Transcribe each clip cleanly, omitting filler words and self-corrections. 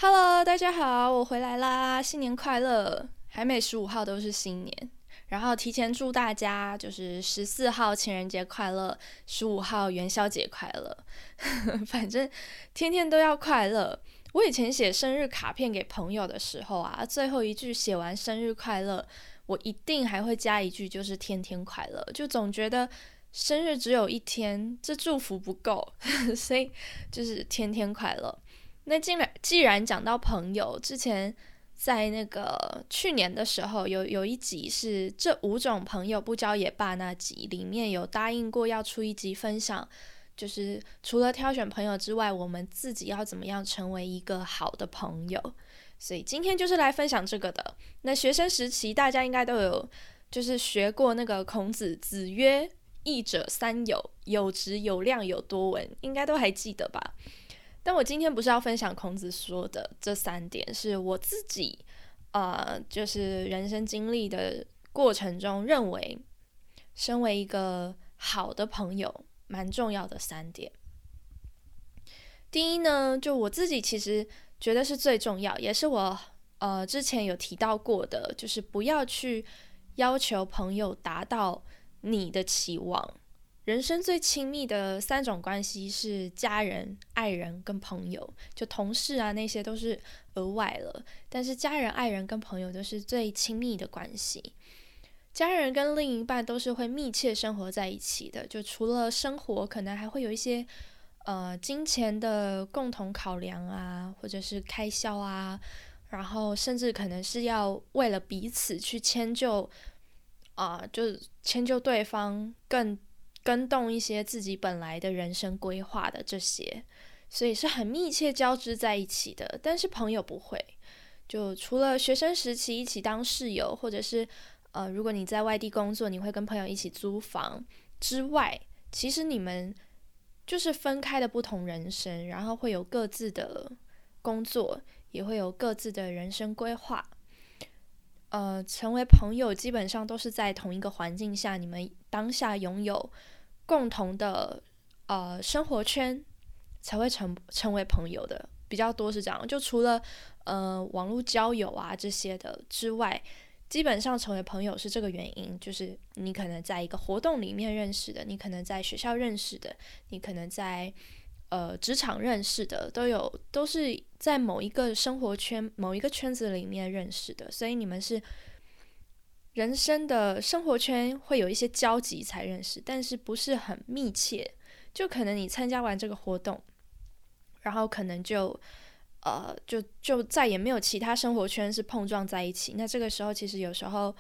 Hello，大家好，我回来啦，新年快乐！还没15号都是新年，然后提前祝大家就是14号情人节快乐，15号元宵节快乐，反正天天都要快乐。我以前写生日卡片给朋友的时候啊，最后一句写完生日快乐，我一定还会加一句就是天天快乐，就总觉得生日只有一天，这祝福不够，所以就是天天快乐。那既然讲到朋友，之前在那个去年的时候有一集是这5种朋友不交也罢那集，里面有答应过要出一集分享，就是除了挑选朋友之外，我们自己要怎么样成为一个好的朋友。所以今天就是来分享这个的。那学生时期大家应该都有就是学过那个孔子曰益者三友，有直有量有多闻，应该都还记得吧。但我今天不是要分享孔子说的这3点，是我自己就是人生经历的过程中认为身为一个好的朋友蛮重要的3点。第一呢，就我自己其实觉得是最重要，也是我之前有提到过的，就是不要去要求朋友达到你的期望。人生最亲密的3种关系是家人、爱人跟朋友，就同事啊那些都是额外了，但是家人、爱人跟朋友都是最亲密的关系。家人跟另一半都是会密切生活在一起的，就除了生活，可能还会有一些金钱的共同考量啊，或者是开销啊，然后甚至可能是要为了彼此去迁就就迁就对方跟动一些自己本来的人生规划的这些，所以是很密切交织在一起的。但是朋友不会，就除了学生时期一起当室友，或者是如果你在外地工作，你会跟朋友一起租房之外，其实你们就是分开的不同人生，然后会有各自的工作，也会有各自的人生规划。成为朋友基本上都是在同一个环境下，你们当下拥有共同的生活圈，才会成为朋友的，比较多是这样。就除了网络交友啊这些的之外，基本上成为朋友是这个原因，就是你可能在一个活动里面认识的，你可能在学校认识的，你可能在职场认识的，都是在某一个生活圈、某一个圈子里面认识的，所以你们是人生的生活圈会有一些交集才认识，但是不是很密切。就可能你参加完这个活动，然后可能就再也没有其他生活圈是碰撞在一起。那这个时候其实有时候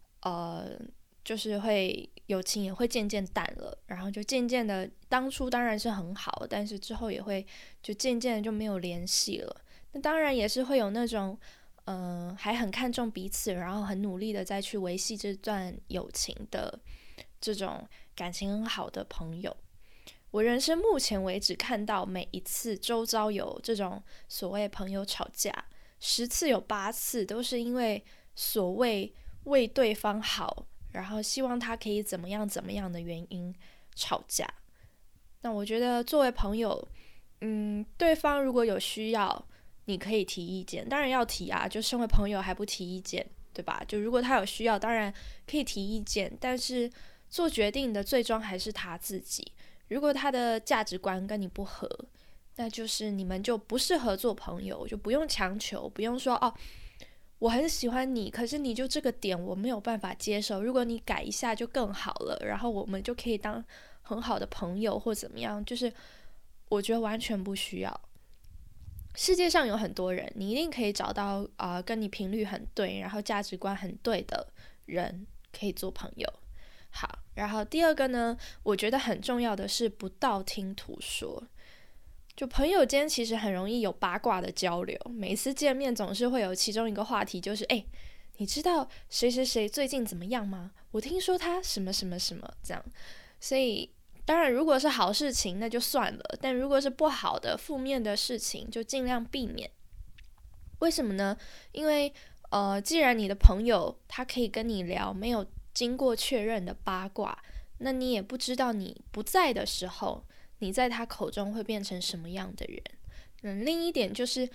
就是会友情也会渐渐淡了，然后就渐渐的，当初当然是很好，但是之后也会就渐渐的就没有联系了。那当然也是会有那种还很看重彼此，然后很努力的再去维系这段友情的这种感情很好的朋友。我人生目前为止看到每一次周遭有这种所谓朋友吵架，10次有8次都是因为所谓为对方好，然后希望他可以怎么样怎么样的原因吵架。那我觉得作为朋友，对方如果有需要，你可以提意见，当然要提啊，就身为朋友还不提意见，对吧？就如果他有需要，当然可以提意见，但是做决定的最终还是他自己。如果他的价值观跟你不合，那就是你们就不适合做朋友，就不用强求，不用说我很喜欢你，可是你就这个点我没有办法接受，如果你改一下就更好了，然后我们就可以当很好的朋友或怎么样，就是我觉得完全不需要。世界上有很多人，你一定可以找到跟你频率很对，然后价值观很对的人可以做朋友。好，然后第二个呢，我觉得很重要的是不道听途说。就朋友间其实很容易有八卦的交流，每次见面总是会有其中一个话题，就是你知道谁谁谁最近怎么样吗？我听说他什么什么什么这样。所以当然如果是好事情那就算了，但如果是不好的负面的事情就尽量避免。为什么呢？因为既然你的朋友他可以跟你聊没有经过确认的八卦，那你也不知道你不在的时候你在他口中会变成什么样的人。另一点就是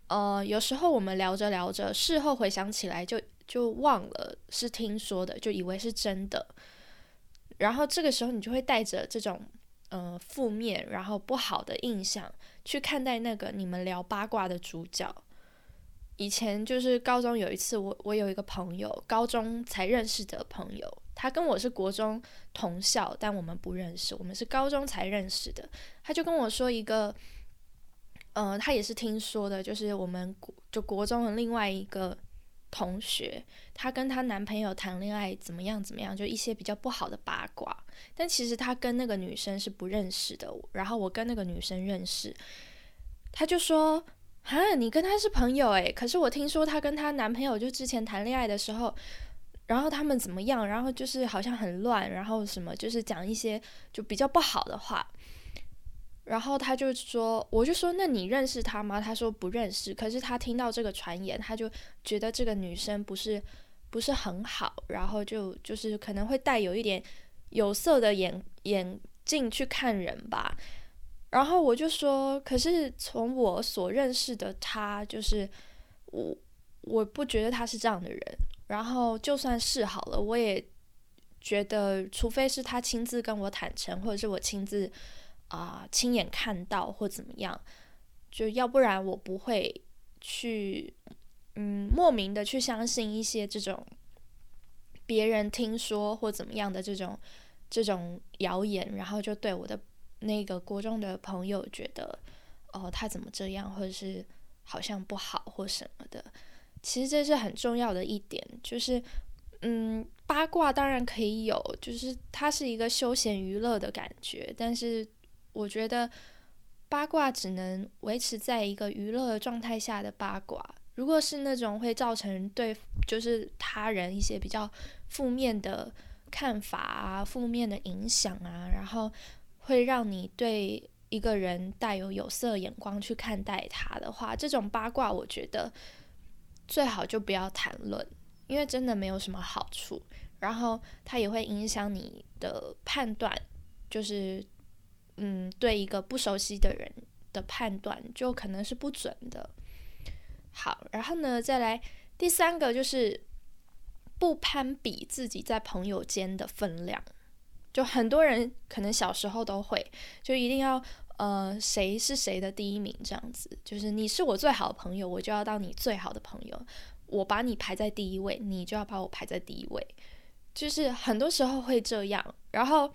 有时候我们聊着聊着，事后回想起来就忘了是听说的，就以为是真的。然后这个时候你就会带着这种负面然后不好的印象去看待那个你们聊八卦的主角。以前就是高中有一次，我有一个朋友，高中才认识的朋友，他跟我是国中同校，但我们不认识，我们是高中才认识的。他就跟我说一个，他也是听说的，就是我们国中的另外一个同学，她跟她男朋友谈恋爱怎么样怎么样，就一些比较不好的八卦。但其实她跟那个女生是不认识的，然后我跟那个女生认识。她就说啊，你跟她是朋友诶，可是我听说她跟她男朋友就之前谈恋爱的时候，然后他们怎么样，然后就是好像很乱，然后什么就是讲一些就比较不好的话。然后他就说，我就说那你认识他吗？他说不认识，可是他听到这个传言，他就觉得这个女生不是很好，然后就是可能会带有一点有色的眼镜去看人吧。然后我就说，可是从我所认识的他，就是我不觉得他是这样的人。然后就算是好了，我也觉得，除非是他亲自跟我坦诚，或者是我亲眼看到或怎么样，就要不然我不会去莫名的去相信一些这种别人听说或怎么样的这种谣言，然后就对我的那个国中的朋友觉得他怎么这样，或者是好像不好或什么的。其实这是很重要的一点，就是八卦当然可以有，就是它是一个休闲娱乐的感觉，但是我觉得八卦只能维持在一个娱乐的状态下的八卦。如果是那种会造成就是他人一些比较负面的看法啊、负面的影响啊，然后会让你对一个人带有色眼光去看待他的话，这种八卦我觉得最好就不要谈论，因为真的没有什么好处。然后它也会影响你的判断，就是对一个不熟悉的人的判断就可能是不准的。好，然后呢，再来第三个就是不攀比自己在朋友间的分量。就很多人可能小时候都会，就一定要谁是谁的第一名这样子，就是你是我最好的朋友，我就要当你最好的朋友，我把你排在第一位，你就要把我排在第一位，就是很多时候会这样。然后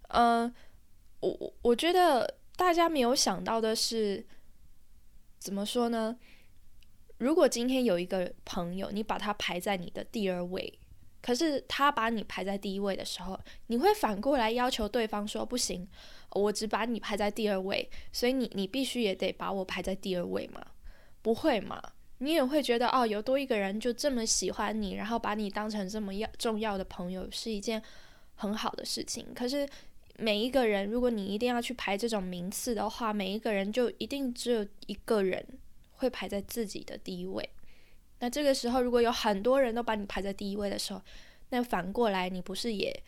我觉得大家没有想到的是，怎么说呢？如果今天有一个朋友，你把他排在你的第二位，可是他把你排在第一位的时候，你会反过来要求对方说，不行，我只把你排在第二位，所以你必须也得把我排在第二位嘛？不会嘛？你也会觉得有多一个人就这么喜欢你，然后把你当成这么重要的朋友，是一件很好的事情。可是每一个人，如果你一定要去排这种名次的话，每一个人就一定只有一个人会排在自己的第一位。那这个时候，如果有很多人都把你排在第一位的时候，那反过来你不是也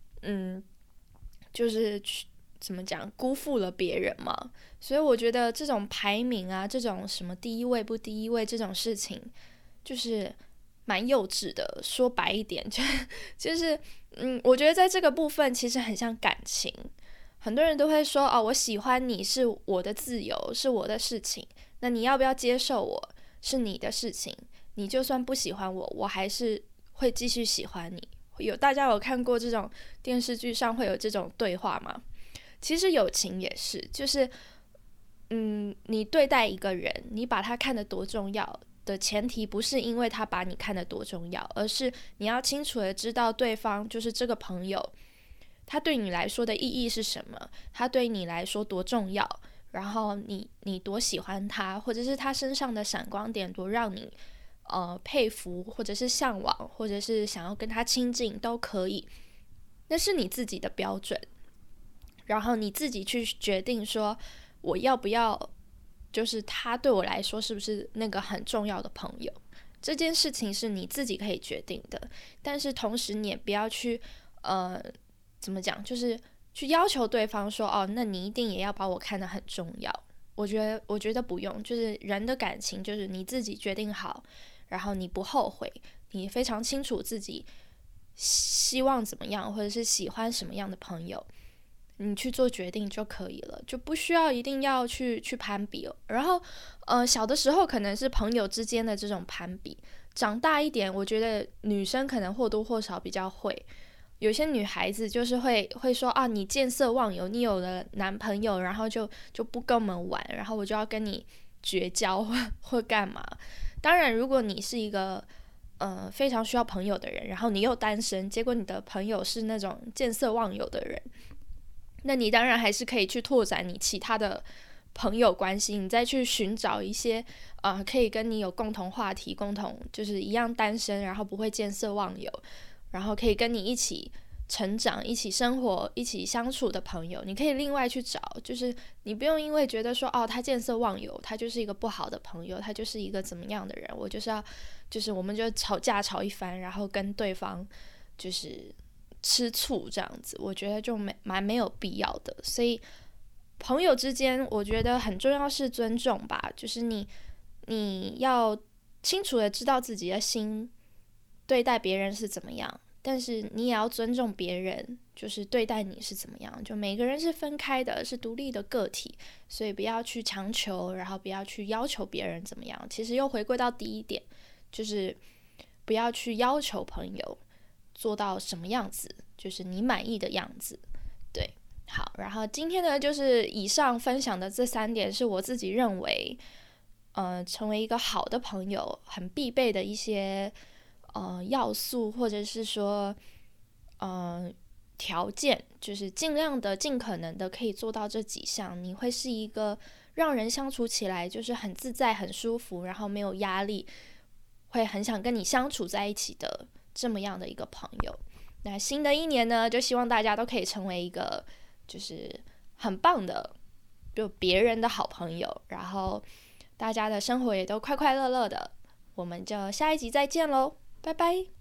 就是怎么讲，辜负了别人嘛？所以我觉得这种排名啊，这种什么第一位不第一位这种事情，就是蛮幼稚的。说白一点，就是我觉得在这个部分其实很像感情。很多人都会说我喜欢你是我的自由，是我的事情，那你要不要接受我是你的事情。你就算不喜欢我，我还是会继续喜欢你。大家有看过这种电视剧上会有这种对话吗？其实友情也是，就是你对待一个人，你把他看得多重要的前提，不是因为他把你看得多重要，而是你要清楚的知道对方，就是这个朋友，他对你来说的意义是什么，他对你来说多重要，然后你多喜欢他，或者是他身上的闪光点多让你佩服，或者是向往，或者是想要跟他亲近都可以，那是你自己的标准，然后你自己去决定说我要不要，就是他对我来说是不是那个很重要的朋友，这件事情是你自己可以决定的。但是同时你也不要去怎么讲，就是去要求对方说那你一定也要把我看得很重要。 我觉得不用，就是人的感情就是你自己决定好，然后你不后悔，你非常清楚自己希望怎么样，或者是喜欢什么样的朋友，你去做决定就可以了，就不需要一定要去攀比哦。然后小的时候可能是朋友之间的这种攀比，长大一点我觉得女生可能或多或少比较会，有些女孩子就是会说啊，你见色忘友，你有了男朋友，然后就不跟我们玩，然后我就要跟你绝交或干嘛。当然如果你是一个非常需要朋友的人，然后你又单身，结果你的朋友是那种见色忘友的人，那你当然还是可以去拓展你其他的朋友关系，你再去寻找一些可以跟你有共同话题，共同就是一样单身，然后不会见色忘友，然后可以跟你一起成长、一起生活、一起相处的朋友，你可以另外去找，就是你不用因为觉得说他见色忘友，他就是一个不好的朋友，他就是一个怎么样的人，我就是我们就吵架吵一番，然后跟对方就是吃醋这样子，我觉得就蛮没有必要的。所以朋友之间我觉得很重要是尊重吧，就是你要清楚的知道自己的心对待别人是怎么样，但是你也要尊重别人就是对待你是怎么样，就每个人是分开的，是独立的个体，所以不要去强求，然后不要去要求别人怎么样。其实又回归到第一点，就是不要去要求朋友做到什么样子，就是你满意的样子。对，好，然后今天呢，就是以上分享的这3点是我自己认为成为一个好的朋友很必备的一些要素，或者是说条件，就是尽量的尽可能的可以做到这几项，你会是一个让人相处起来就是很自在很舒服，然后没有压力，会很想跟你相处在一起的这么样的一个朋友。那新的一年呢，就希望大家都可以成为一个就是很棒的就别人的好朋友，然后大家的生活也都快快乐乐的。我们就下一集再见咯，拜拜。